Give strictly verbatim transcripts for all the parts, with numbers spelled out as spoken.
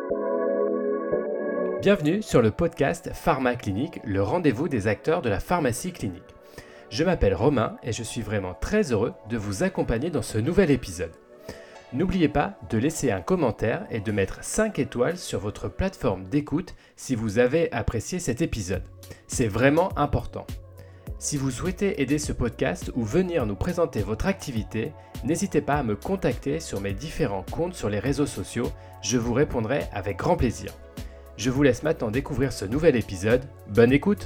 Bienvenue sur le podcast Pharma Clinique, le rendez-vous des acteurs de la pharmacie clinique. Je m'appelle Romain et je suis vraiment très heureux de vous accompagner dans ce nouvel épisode. N'oubliez pas de laisser un commentaire et de mettre cinq étoiles sur votre plateforme d'écoute si vous avez apprécié cet épisode. C'est vraiment important. Si vous souhaitez aider ce podcast ou venir nous présenter votre activité, n'hésitez pas à me contacter sur mes différents comptes sur les réseaux sociaux, je vous répondrai avec grand plaisir. Je vous laisse maintenant découvrir ce nouvel épisode. Bonne écoute!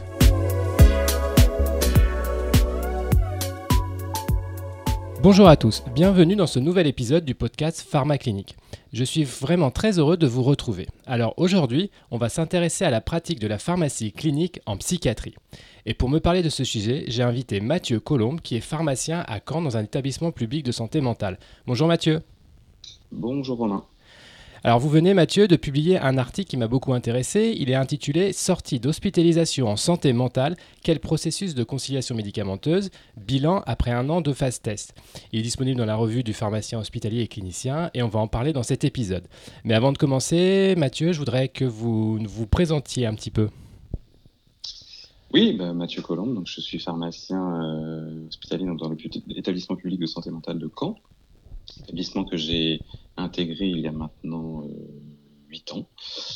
Bonjour à tous, bienvenue dans ce nouvel épisode du podcast Pharma Clinique. Je suis vraiment très heureux de vous retrouver. Alors aujourd'hui, on va s'intéresser à la pratique de la pharmacie clinique en psychiatrie. Et pour me parler de ce sujet, j'ai invité Mathieu Colombe qui est pharmacien à Caen dans un établissement public de santé mentale. Bonjour Mathieu. Bonjour Romain. Alors vous venez Mathieu de publier un article qui m'a beaucoup intéressé, il est intitulé « Sortie d'hospitalisation en santé mentale, quel processus de conciliation médicamenteuse, bilan après un an de phase test ». Il est disponible dans la revue du pharmacien hospitalier et clinicien et on va en parler dans cet épisode. Mais avant de commencer, Mathieu, je voudrais que vous vous présentiez un petit peu. Oui, bah, Mathieu Colombe, donc je suis pharmacien euh, hospitalier dans l'établissement public de santé mentale de Caen. Établissement que j'ai intégré il y a maintenant huit euh, ans.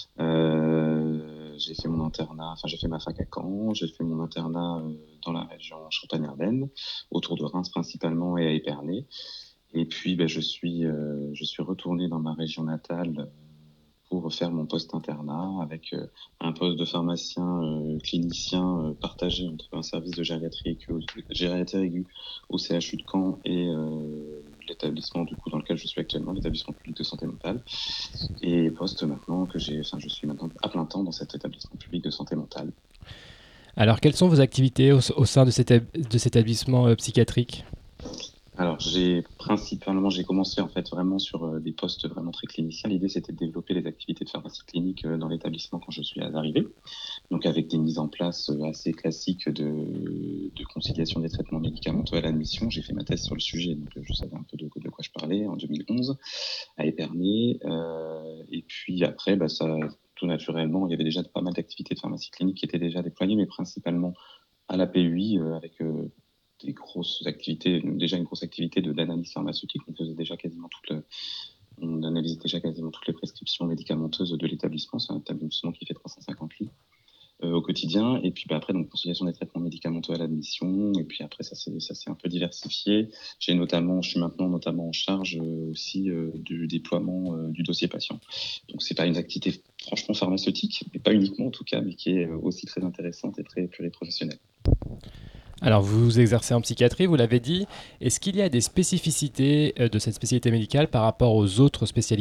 Euh, j'ai fait mon internat, enfin j'ai fait ma fac à Caen, j'ai fait mon internat euh, dans la région Champagne-Ardenne, autour de Reims principalement et à Épernay. Et puis ben, je suis euh, je suis retourné dans ma région natale euh, pour faire mon post-internat avec euh, un poste de pharmacien euh, clinicien euh, partagé entre un service de gériatrie aiguë, gériatrie aiguë au C H U de Caen et euh, l'établissement du coup dans lequel je suis actuellement, l'établissement public de santé mentale, et poste maintenant que j'ai, enfin je suis maintenant à plein temps dans cet établissement public de santé mentale. Alors quelles sont vos activités au, au sein de cet, de cet établissement euh, psychiatrique ? Alors, j'ai principalement, j'ai commencé en fait vraiment sur euh, des postes vraiment très cliniciens. L'idée, c'était de développer les activités de pharmacie clinique euh, dans l'établissement quand je suis arrivé. Donc, avec des mises en place euh, assez classiques de, de conciliation des traitements médicamenteux à l'admission. J'ai fait ma thèse sur le sujet, donc euh, je savais un peu de, de quoi je parlais en deux mille onze à Épernay. Euh, et puis après, bah, ça, tout naturellement, il y avait déjà pas mal d'activités de pharmacie clinique qui étaient déjà déployées, mais principalement à la P U I euh, avec euh, des grosses activités, déjà une grosse activité de d'analyse pharmaceutique. On faisait déjà quasiment toute le, on analysait déjà quasiment toutes les prescriptions médicamenteuses de l'établissement. C'est un établissement qui fait trois cent cinquante lits euh, au quotidien. Et puis bah, après, donc conciliation des traitements médicamenteux à l'admission. Et puis après, ça s'est ça s'est un peu diversifié. J'ai notamment, je suis maintenant notamment en charge euh, aussi euh, du déploiement euh, du dossier patient. Donc c'est pas une activité franchement pharmaceutique, mais pas uniquement en tout cas, mais qui est aussi très intéressante et très pluriprofessionnelle. Alors, vous exercez en psychiatrie, vous l'avez dit. Est-ce qu'il y a des spécificités de cette spécialité médicale par rapport aux autres spécialités ?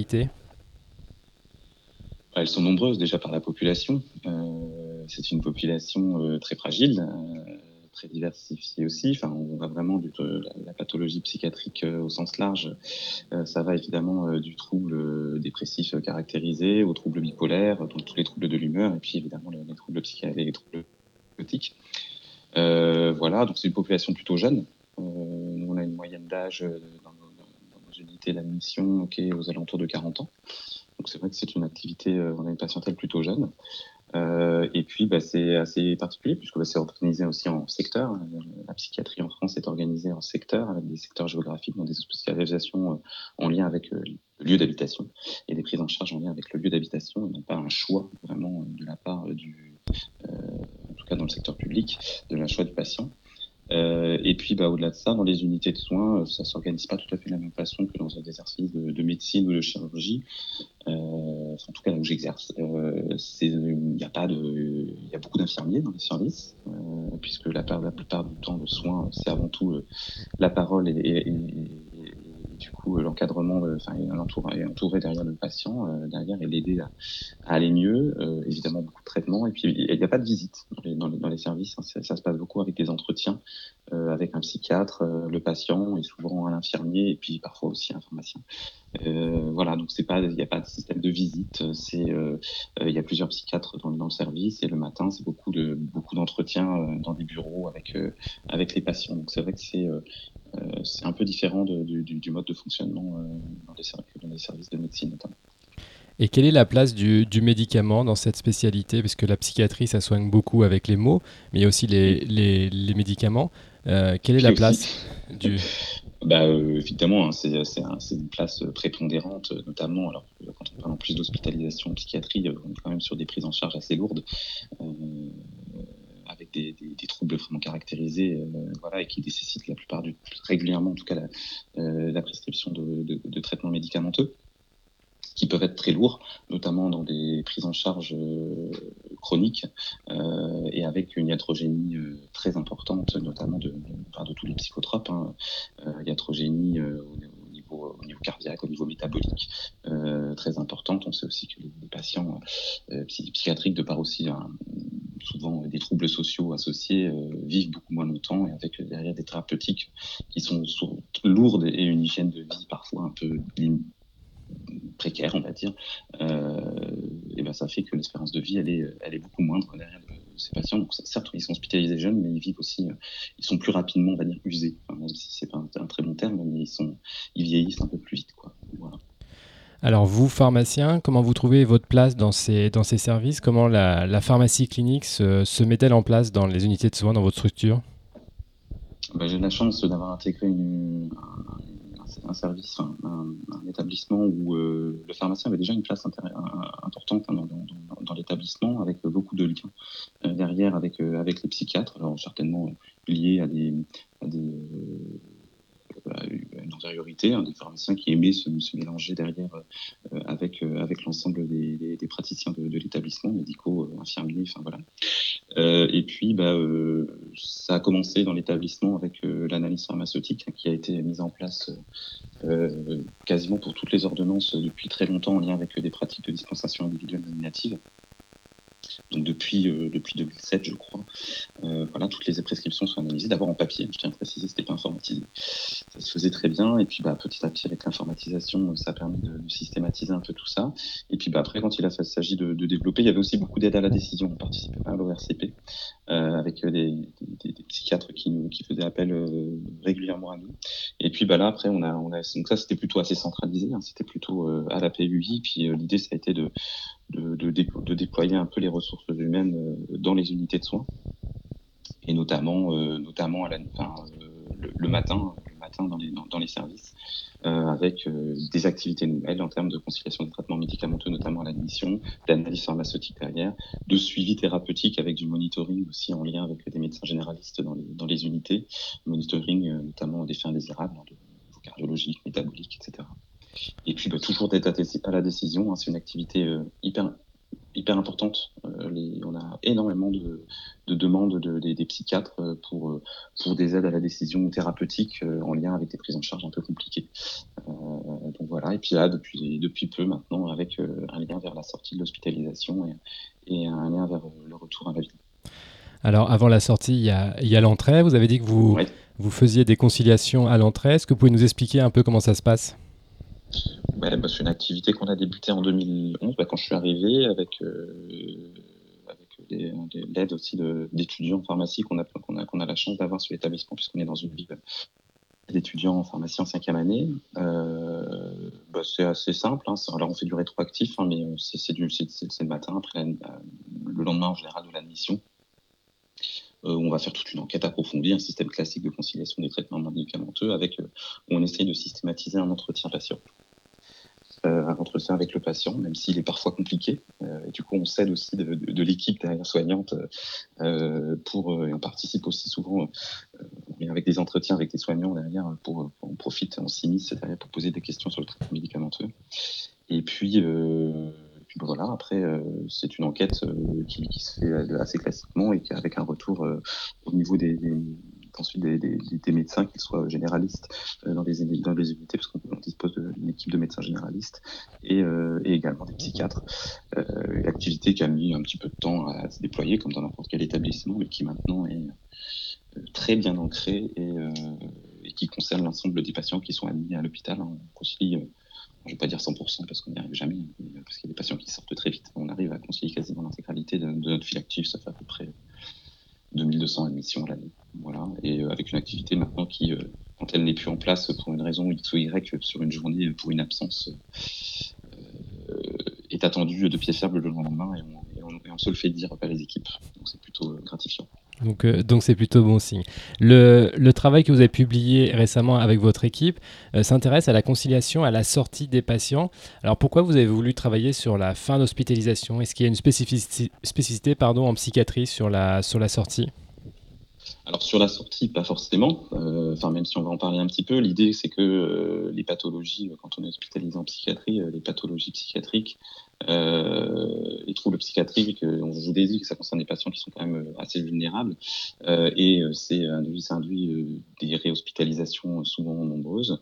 Elles sont nombreuses déjà par la population. Euh, c'est une population euh, très fragile, euh, très diversifiée aussi. Enfin, on va vraiment de la, la pathologie psychiatrique euh, au sens large. Euh, ça va évidemment euh, du trouble euh, dépressif euh, caractérisé au trouble bipolaire, donc tous les troubles de l'humeur, et puis évidemment les, les troubles psychiatriques et les troubles psychotiques. Euh, voilà, donc c'est une population plutôt jeune. Euh, nous, on a une moyenne d'âge euh, dans, nos, dans nos unités d'admission qui est aux alentours de quarante ans. Donc c'est vrai que c'est une activité, euh, on a une patientèle plutôt jeune. Euh, et puis bah, c'est assez particulier puisque bah, c'est organisé aussi en secteur. La psychiatrie en France est organisée en secteur, avec des secteurs géographiques, dans des spécialisations euh, en lien avec euh, le lieu d'habitation et des prises en charge en lien avec le lieu d'habitation et non pas un choix vraiment de la part du... Euh, en tout cas dans le secteur public, de la choix du patient. Euh, et puis, bah, au-delà de ça, dans les unités de soins, ça s'organise pas tout à fait de la même façon que dans des exercices de, de médecine ou de chirurgie. Euh, en tout cas, là où j'exerce, euh, c'est, il y a pas de, il y a beaucoup d'infirmiers dans les services, euh, puisque la, la plupart du temps, le soin, c'est avant tout euh, la parole et, et, et, et du coup l'encadrement, enfin entouré, entouré derrière le patient, euh, derrière et l'aider à, à aller mieux. Euh, évidemment beaucoup de traitements et puis il n'y a pas de visite dans les, dans les, dans les services. Hein, ça, ça se passe beaucoup avec des entretiens euh, avec un psychiatre, euh, le patient et souvent un infirmier et puis parfois aussi un pharmacien. Euh, voilà, donc c'est pas, il n'y a pas de système de visite. C'est, euh, il y a plusieurs psychiatres dans, dans le service et le matin c'est beaucoup de beaucoup d'entretiens euh, dans des bureaux avec euh, avec les patients. Donc c'est vrai que c'est euh, c'est un peu différent de, du, du mode de fonctionnement euh, dans, les, dans les services de médecine notamment. Et quelle est la place du, du médicament dans cette spécialité? Parce que la psychiatrie, ça soigne beaucoup avec les mots, mais il y a aussi les, les, les médicaments. Euh, quelle est Puis la aussi, place du... bah, euh, évidemment, hein, c'est, c'est, un- c'est une place prépondérante, euh, notamment, alors, euh, quand on parle en plus d'hospitalisation en psychiatrie, euh, on est quand même sur des prises en charge assez lourdes, euh, avec des, des, des troubles vraiment caractérisés, euh, voilà, et qui nécessitent la plupart du régulièrement, en tout cas, la, euh, la prescription de, de, de traitements médicamenteux, qui peuvent être très lourds, notamment dans des prises en charge euh, chroniques euh, et avec une iatrogénie euh, très importante, notamment de, de, de, de tous les psychotropes, hein, euh, iatrogénie euh, au, niveau, au niveau cardiaque, au niveau métabolique, euh, très importante. On sait aussi que les, les patients euh, psychiatriques, de par aussi un, souvent des troubles sociaux associés, euh, vivent beaucoup moins longtemps et avec derrière des thérapeutiques qui sont souvent lourdes et une hygiène de vie parfois un peu précaire, on va dire, euh, et ben ça fait que l'espérance de vie, elle est, elle est beaucoup moindre derrière ces patients. Donc, certes, ils sont hospitalisés jeunes, mais ils vivent aussi, ils sont plus rapidement, on va dire, usés. Enfin, même si c'est pas un, un très bon terme, mais ils sont, ils vieillissent un peu plus vite, quoi. Voilà. Alors vous, pharmacien, comment vous trouvez votre place dans ces, dans ces services? Comment la, la pharmacie clinique se, se met-elle en place dans les unités de soins dans votre structure? Ben, j'ai de la chance d'avoir intégré une, un, un service, un, un, un établissement où euh, le pharmacien avait déjà une place intér- importante hein, dans, dans, dans l'établissement, avec beaucoup de liens euh, derrière avec, euh, avec les psychiatres, alors certainement liés à des, à des euh, une antériorité, hein, des pharmaciens qui aimaient se, se mélanger derrière euh, avec, euh, avec l'ensemble des, des, des praticiens de, de l'établissement, médicaux, euh, infirmiers, enfin voilà. Euh, et puis, bah, euh, ça a commencé dans l'établissement avec euh, l'analyse pharmaceutique hein, qui a été mise en place euh, quasiment pour toutes les ordonnances depuis très longtemps en lien avec euh, des pratiques de dispensation individuelle nominative. Donc depuis, euh, depuis deux mille sept, je crois, euh, voilà, toutes les prescriptions sont analysées d'abord en papier. Je tiens à préciser, c'était pas informatisé. Ça se faisait très bien. Et puis, bah, petit à petit, avec l'informatisation, ça a permis de, de systématiser un peu tout ça. Et puis, bah, après, quand il a s'agit de, de développer, il y avait aussi beaucoup d'aide à la décision. On participait pas à l'O R C P, euh, avec des, des, des psychiatres qui, nous, qui faisaient appel euh, régulièrement à nous. Et puis, bah, là, après, on a, on a, donc ça, c'était plutôt assez centralisé. Hein, c'était plutôt euh, à la P U I. Puis, euh, l'idée, ça a été de De, de, de déployer un peu les ressources humaines euh, dans les unités de soins et notamment euh, notamment à la, enfin, euh, le, le matin le matin dans les dans, dans les services euh, avec euh, des activités nouvelles en termes de conciliation des traitements médicamenteux, notamment à l'admission, d'analyse pharmaceutique derrière, de suivi thérapeutique avec du monitoring aussi en lien avec des médecins généralistes dans les dans les unités, monitoring euh, notamment des faits indésirables, hein, de cardiologique, métabolique, et cetera. Et puis bah, toujours d'être à la décision, hein, c'est une activité euh, hyper hyper importante. Euh, les, on a énormément de, de demandes de, de, des psychiatres pour, pour des aides à la décision thérapeutique euh, en lien avec des prises en charge un peu compliquées. Euh, donc voilà, et puis là, depuis, depuis peu maintenant, avec euh, un lien vers la sortie de l'hospitalisation et, et un lien vers le retour à la vie. Alors, avant la sortie, il y a, il y a l'entrée. Vous avez dit que vous, Ouais. vous faisiez des conciliations à l'entrée. Est-ce que vous pouvez nous expliquer un peu comment ça se passe ? Ouais, bah, c'est une activité qu'on a débutée en deux mille onze, bah, quand je suis arrivé, avec, euh, avec des, des, l'aide aussi de, d'étudiants en pharmacie qu'on a, qu'on a, qu'on a la chance d'avoir sur l'établissement, puisqu'on est dans une ville d'étudiants en pharmacie en cinquième année. Euh, bah, c'est assez simple. Hein. Alors, on fait du rétroactif, hein, mais c'est, c'est, du, c'est, c'est le matin, après la, le lendemain en général de l'admission. Euh, on va faire toute une enquête approfondie, un système classique de conciliation des traitements médicamenteux, avec, euh, où on essaye de systématiser un entretien patient. Euh, un entretien avec le patient, même s'il est parfois compliqué. Euh, et du coup, on s'aide aussi de, de, de l'équipe derrière soignante euh, pour, euh, et on participe aussi souvent euh, avec des entretiens avec des soignants derrière, pour, pour on profite, on s'immisce derrière pour poser des questions sur le traitement médicamenteux. Et puis, euh, puis voilà, après, euh, c'est une enquête euh, qui, qui se fait assez classiquement et qui avec un retour euh, au niveau des, des ensuite des, des, des médecins, qu'ils soient généralistes euh, dans, les, dans les unités, parce qu'on dispose d'une équipe de médecins généralistes, et, euh, et également des psychiatres. Euh, une activité qui a mis un petit peu de temps à se déployer, comme dans n'importe quel établissement, mais qui maintenant est euh, très bien ancrée et, euh, et qui concerne l'ensemble des patients qui sont admis à l'hôpital. On concilie, euh, je ne vais pas dire cent pour cent parce qu'on n'y arrive jamais, parce qu'il y a des patients qui sortent très vite. On arrive à concilier quasiment l'intégralité de, de notre file active, ça fait à peu près deux mille deux cents admissions à l'année. Voilà. Et euh, avec une activité maintenant qui, euh, quand elle n'est plus en place pour une raison X ou Y, sur une journée, pour une absence, euh, attendu de pied ferme le lendemain et on, et, on, et on se le fait dire par les équipes. Donc c'est plutôt euh, gratifiant. Donc, euh, donc c'est plutôt bon signe. Le, le travail que vous avez publié récemment avec votre équipe euh, s'intéresse à la conciliation à la sortie des patients. Alors pourquoi vous avez voulu travailler sur la fin d'hospitalisation? Est-ce qu'il y a une spécificité, spécificité pardon, en psychiatrie sur la, sur la sortie? Alors sur la sortie, pas forcément. Euh, enfin, même si on va en parler un petit peu, l'idée c'est que euh, les pathologies, quand on est hospitalisé en psychiatrie, euh, les pathologies psychiatriques, euh, les troubles psychiatriques, euh, on vous dit que ça concerne des patients qui sont quand même assez vulnérables, euh, et euh, c'est induit, ça induit euh, des réhospitalisations souvent nombreuses.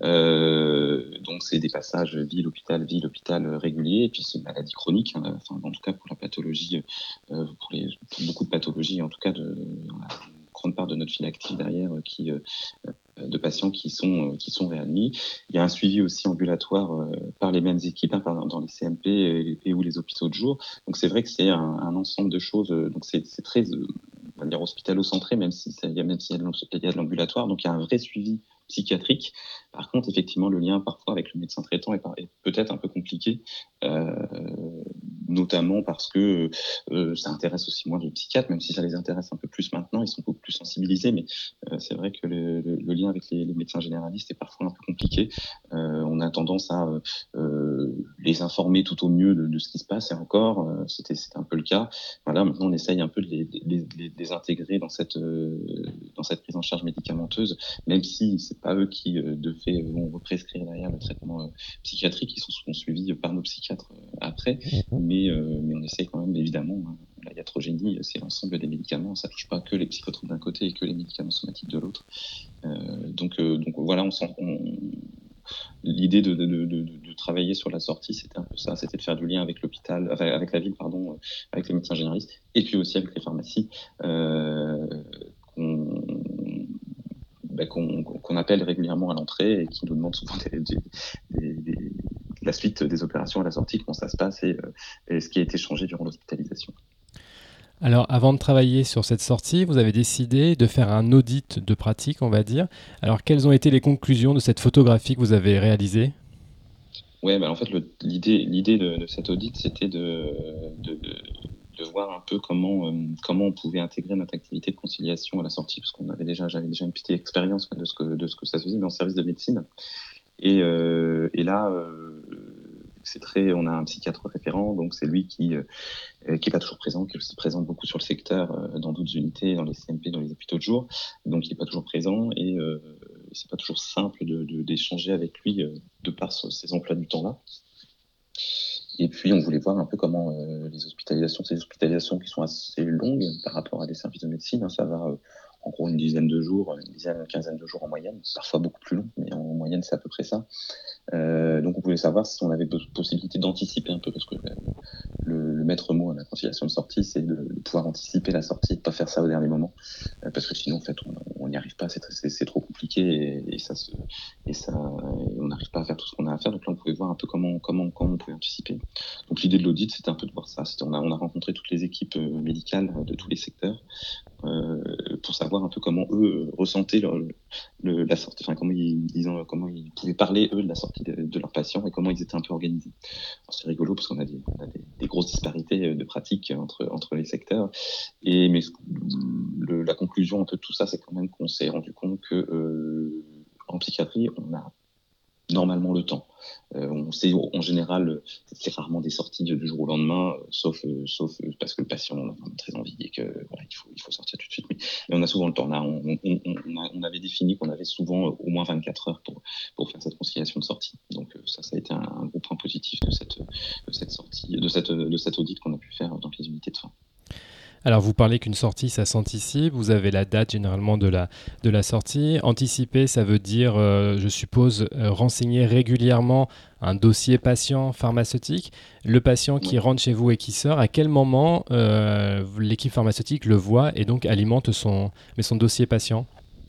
Euh, donc c'est des passages ville-hôpital, ville-hôpital réguliers, et puis c'est une maladie chronique. Hein, enfin, en tout cas pour la pathologie, euh, pour, les, pour beaucoup de pathologies, en tout cas de grande part de notre file active derrière euh, qui, euh, de patients qui sont, euh, qui sont réadmis. Il y a un suivi aussi ambulatoire euh, par les mêmes équipes, hein, par, dans les C M P et, et ou les hôpitaux de jour. Donc c'est vrai que c'est un, un ensemble de choses. Euh, donc c'est, c'est très, euh, on va dire, hospitalo-centré, même si ça, même s'il y a de l'ambulatoire. Donc il y a un vrai suivi psychiatrique. Par contre, effectivement, le lien parfois avec le médecin traitant est, est peut-être un peu compliqué, euh, notamment parce que euh, ça intéresse aussi moins les psychiatres, même si ça les intéresse un peu plus maintenant, ils sont beaucoup plus sensibilisés, mais euh, c'est vrai que le, le, le lien avec les, les médecins généralistes est parfois un peu compliqué. Euh, on a tendance à euh, les informer tout au mieux de, de ce qui se passe, et encore, euh, c'était, c'était un peu le cas. Voilà, maintenant on essaye un peu de les, de les, de les intégrer dans cette, euh, dans cette prise en charge médicamenteuse, même si c'est pas eux qui euh, de fait vont represcrire derrière le traitement euh, psychiatrique, ils sont souvent suivis par nos psychiatres euh, après, mais, euh, mais on essaie quand même évidemment, hein, la iatrogénie c'est l'ensemble des médicaments, ça touche pas que les psychotropes d'un côté et que les médicaments somatiques de l'autre. Euh, donc, euh, donc voilà, on, sent, on l'idée de, de, de, de, de travailler sur la sortie, c'était un peu ça, c'était de faire du lien avec l'hôpital, enfin, avec la ville, pardon, avec les médecins généralistes, et puis aussi avec les pharmacies, euh, qu'on Ben, qu'on, qu'on appelle régulièrement à l'entrée et qui nous demandent souvent des, des, des, des, la suite des opérations à la sortie, comment ça se passe et, et ce qui a été changé durant l'hospitalisation. Alors, avant de travailler sur cette sortie, vous avez décidé de faire un audit de pratique, on va dire. Alors, quelles ont été les conclusions de cette photographie que vous avez réalisée? Ouais, ben en fait, le, l'idée, l'idée de, de cet audit, c'était de, de, de de voir un peu comment, euh, comment on pouvait intégrer notre activité de conciliation à la sortie, parce qu'on avait déjà, j'avais déjà une petite expérience de ce que, de ce que ça se faisait, mais en service de médecine. Et, euh, et là, euh, c'est très, on a un psychiatre référent, donc c'est lui qui, euh, qui est pas toujours présent, qui est aussi présent beaucoup sur le secteur, euh, dans d'autres unités, dans les C M P, dans les hôpitaux de jour, donc il est pas toujours présent et euh, c'est pas toujours simple de, de, d'échanger avec lui euh, de par ces emplois du temps-là. Et puis, on voulait voir un peu comment euh, les hospitalisations, ces hospitalisations qui sont assez longues par rapport à des services de médecine, hein, ça va euh, en gros une dizaine de jours, une dizaine, une quinzaine de jours en moyenne, parfois beaucoup plus long, mais en moyenne c'est à peu près ça. Euh, donc on voulait savoir si on avait possibilité d'anticiper un peu, parce que le, le, le maître mot à la conciliation de sortie, c'est de, de pouvoir anticiper la sortie, de pas faire ça au dernier moment, euh, parce que sinon en fait on n'y arrive pas, c'est, c'est, c'est trop compliqué et, et ça se, et ça, et on n'arrive pas à faire tout ce qu'on a à faire. Donc là on pouvait voir un peu comment comment comment on pouvait anticiper. Donc l'idée de l'audit, c'était un peu de voir ça. C'était, on a on a rencontré toutes les équipes médicales de tous les secteurs euh, pour savoir un peu comment eux ressentaient leur, le, la sortie, enfin comment ils, ils ont, comment ils pouvaient parler eux de la sortie de, de leurs patients et comment ils étaient un peu organisés. Alors, c'est rigolo parce qu'on a des, on a des, des grosses disparités de pratiques entre entre les secteurs. Et mais le, la conclusion un peu de tout ça, c'est quand même qu'on s'est rendu compte que euh, en psychiatrie, on a normalement le temps. Euh, on sait en général, c'est rarement des sorties du jour au lendemain, euh, sauf euh, sauf euh, parce que le patient a vraiment très envie et que voilà, il faut il faut sortir tout de suite. Mais, mais on a souvent le temps. Là, on, on, on, a, on avait défini qu'on avait souvent au moins vingt-quatre heures pour pour faire cette conciliation de sortie. Donc euh, ça, ça a été un, un gros point positif de cette de cette sortie, de cette de cet audit qu'on a pu faire dans les unités de soins. Alors, vous parlez qu'une sortie, ça s'anticipe. Vous avez la date généralement de la, de la sortie. Anticiper, ça veut dire, euh, je suppose, euh, renseigner régulièrement un dossier patient pharmaceutique. Le patient qui Oui. rentre chez vous et qui sort, à quel moment euh, l'équipe pharmaceutique le voit et donc alimente son, mais son dossier patient?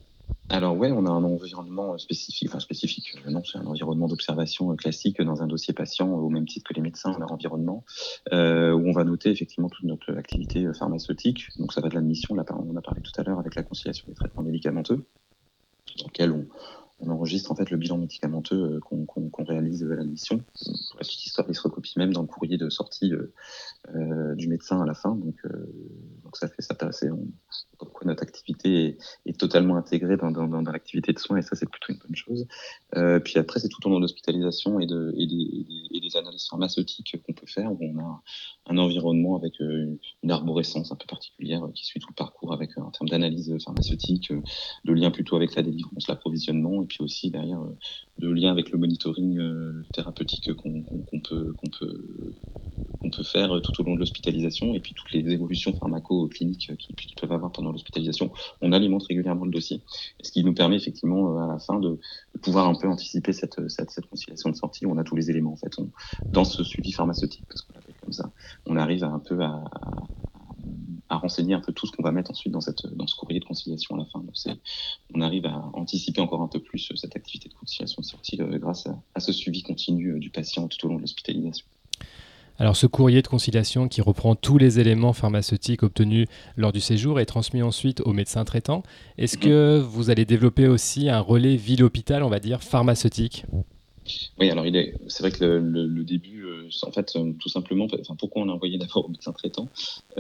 Alors ouais, on a un environnement spécifique, enfin spécifique, non, c'est un environnement d'observation classique dans un dossier patient, au même titre que les médecins ont leur environnement, euh, où on va noter effectivement toute notre activité pharmaceutique. Donc ça va de l'admission, là on a parlé tout à l'heure avec la conciliation des traitements médicamenteux, dans lequel on, on enregistre en fait le bilan médicamenteux qu'on, qu'on, qu'on réalise à l'admission. Pour la petite histoire, il se recopie même dans le courrier de sortie euh, euh, du médecin à la fin. Donc, euh, donc ça fait ça passer. On, comme quoi notre activité est, est totalement intégrée dans, dans, dans l'activité de soins, et ça, c'est plutôt une bonne chose. Euh, puis après, c'est tout au long de l'hospitalisation et, de, et, des, et, des, et des analyses pharmaceutiques qu'on peut faire, où on a un, un environnement avec euh, une arborescence un peu particulière euh, qui suit tout le parcours, avec euh, en termes d'analyse pharmaceutique, euh, de lien plutôt avec la délivrance, l'approvisionnement, et puis aussi derrière euh, de lien avec le monitoring euh, thérapeutique qu'on, qu'on, qu'on peut qu'on peut qu'on peut faire tout au long de l'hospitalisation, et puis toutes les évolutions pharmaco-cliniques qui, qui peuvent avoir pendant l'hospitalisation. On alimente régulièrement le dossier, ce qui nous permet effectivement à la fin de, de pouvoir un peu anticiper cette, cette, cette conciliation de sortie. On a tous les éléments en fait. On, dans ce suivi pharmaceutique, parce qu'on l'appelle comme ça, on arrive à un peu à, à, à renseigner un peu tout ce qu'on va mettre ensuite dans, cette, dans ce courrier de conciliation à la fin. Donc c'est, on arrive à anticiper encore un peu plus cette activité de conciliation de sortie euh, grâce à, à ce suivi continu euh, du patient tout au long de l'hospitalisation. Alors ce courrier de conciliation qui reprend tous les éléments pharmaceutiques obtenus lors du séjour est transmis ensuite au médecin traitant. Est-ce mmh. que vous allez développer aussi un relais ville-hôpital, on va dire, pharmaceutique ? Oui, alors il est, c'est vrai que le, le, le début, euh, en fait, euh, tout simplement, enfin, pourquoi on a envoyé d'abord au médecin traitant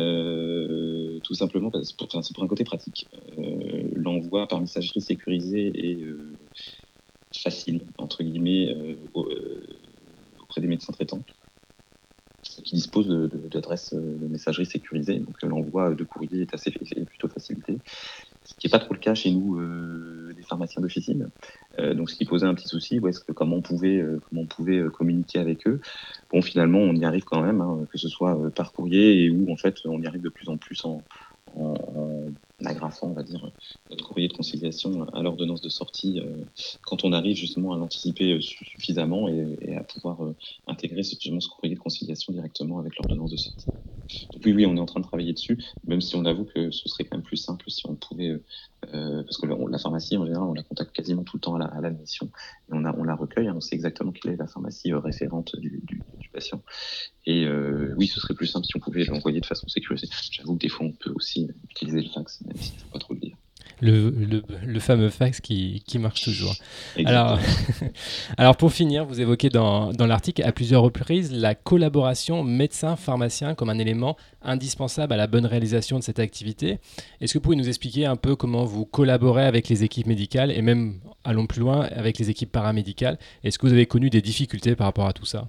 euh, Tout simplement, parce, pour, enfin, c'est pour un côté pratique. Euh, l'envoi par messagerie sécurisée est euh, facile, entre guillemets, euh, au, euh, auprès des médecins traitants, qui disposent de, de, d'adresses de messagerie sécurisée. Donc l'envoi de courrier est assez est plutôt facilité. Ce qui n'est pas trop le cas chez nous, euh, des pharmaciens d'officine. Euh, donc ce qui posait un petit souci, ouais, c'est que comment on pouvait, euh, comment on pouvait euh, communiquer avec eux. Bon, finalement, on y arrive quand même, hein, que ce soit euh, par courrier, et où en fait on y arrive de plus en plus en, en, en agrafant, on va dire, notre courrier de conciliation à l'ordonnance de sortie, euh, quand on arrive justement à l'anticiper suffisamment et, et à pouvoir euh, intégrer justement ce courrier de conciliation directement avec l'ordonnance de sortie. Donc oui, oui, on est en train de travailler dessus, même si on avoue que ce serait quand même plus simple si on pouvait, euh, parce que la, la pharmacie, en général, on la contacte quasiment tout le temps à, la, à l'admission, et on, a, on la recueille, hein, on sait exactement quelle est la pharmacie euh, référente du, du, du patient. Et euh, oui, ce serait plus simple si on pouvait l'envoyer de façon sécurisée. J'avoue que des fois, on peut aussi utiliser le fax, même s'il ne faut pas trop le dire. Le, le, le fameux fax qui, qui marche toujours. Alors, alors, pour finir, vous évoquez dans, dans l'article à plusieurs reprises la collaboration médecin-pharmacien comme un élément indispensable à la bonne réalisation de cette activité. Est-ce que vous pouvez nous expliquer un peu comment vous collaborez avec les équipes médicales et même, allons plus loin, avec les équipes paramédicales ? Est-ce que vous avez connu des difficultés par rapport à tout ça ?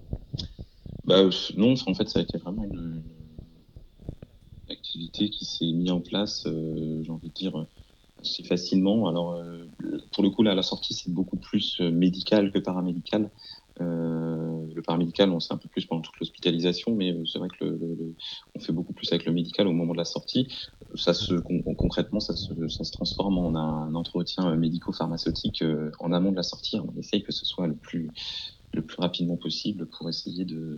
Bah, non, en fait, ça a été vraiment une... activité qui s'est mise en place, euh, j'ai envie de dire, assez facilement. Alors, euh, pour le coup, là, à la sortie, c'est beaucoup plus médical que paramédical. Euh, le paramédical, on sait un peu plus pendant toute l'hospitalisation, mais c'est vrai que le, le, on fait beaucoup plus avec le médical au moment de la sortie. Ça se, con, concrètement, ça se, ça se transforme en un entretien médico-pharmaceutique euh, en amont de la sortie. On essaye que ce soit le plus, le plus rapidement possible pour essayer de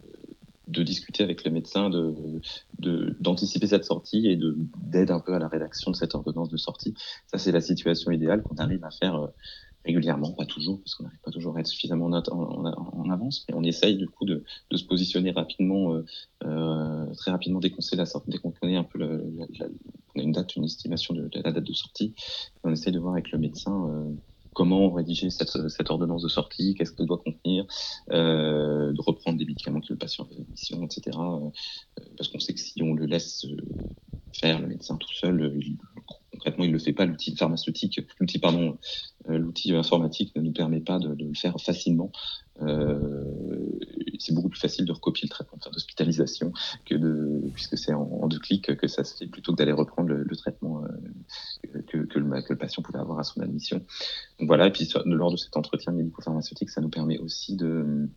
de discuter avec le médecin, de, de, d'anticiper cette sortie et de, d'aide un peu à la rédaction de cette ordonnance de sortie. Ça, c'est la situation idéale qu'on arrive à faire euh, régulièrement, pas toujours, parce qu'on n'arrive pas toujours à être suffisamment en, en, en avance, mais on essaye du coup de, de se positionner rapidement, euh, euh, très rapidement dès qu'on sait la sortie, dès qu'on connaît un peu la, la, la, on a une date, une estimation de, de la date de sortie, on essaye de voir avec le médecin euh, comment rédiger cette, cette ordonnance de sortie, qu'est-ce qu'elle doit contenir, euh, de reprendre des médicaments que le patient avait en mission, et cetera. Euh, parce qu'on sait que si on le laisse faire, le médecin tout seul, il, concrètement, il ne le fait pas. L'outil pharmaceutique, l'outil, pardon, euh, l'outil informatique ne nous permet pas de, de le faire facilement. Euh, c'est beaucoup plus facile de recopier le traitement enfin, d'hospitalisation que de, puisque c'est en, en deux clics que ça se fait plutôt que d'aller reprendre le, le traitement euh, que, que, le, que le patient pouvait avoir à son admission. Donc voilà, et puis lors de cet entretien médico-pharmaceutique, ça nous permet aussi de,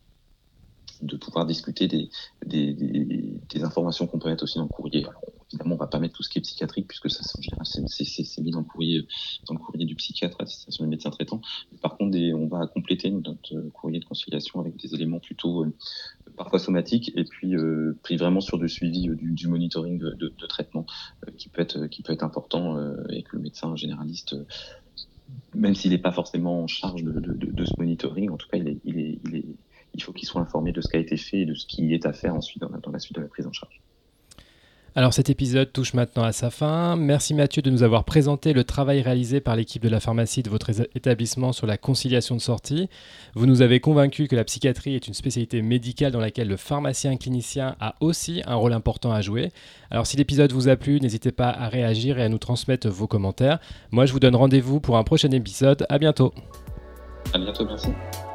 de pouvoir discuter des, des, des, des informations qu'on peut mettre aussi dans le courrier. Alors, évidemment, on ne va pas mettre tout ce qui est psychiatrique, puisque ça, en général, c'est, c'est, c'est mis dans le courrier, dans le courrier du psychiatre à destination du médecin traitant. Mais par contre, des, on va compléter notre courrier de conciliation avec des éléments plutôt euh, parfois somatiques, et puis euh, pris vraiment sur du suivi euh, du, du monitoring de, de, de traitement, euh, qui peut être qui peut être important, euh, et que le médecin généraliste, euh, même s'il n'est pas forcément en charge de, de, de, de ce monitoring, en tout cas, il est, il est, il est il faut qu'il soit informé de ce qui a été fait et de ce qui est à faire ensuite dans la, dans la suite de la prise en charge. Alors cet épisode touche maintenant à sa fin. Merci Mathieu de nous avoir présenté le travail réalisé par l'équipe de la pharmacie de votre établissement sur la conciliation de sortie. Vous nous avez convaincus que la psychiatrie est une spécialité médicale dans laquelle le pharmacien clinicien a aussi un rôle important à jouer. Alors si l'épisode vous a plu, n'hésitez pas à réagir et à nous transmettre vos commentaires. Moi je vous donne rendez-vous pour un prochain épisode. À bientôt. À bientôt, merci.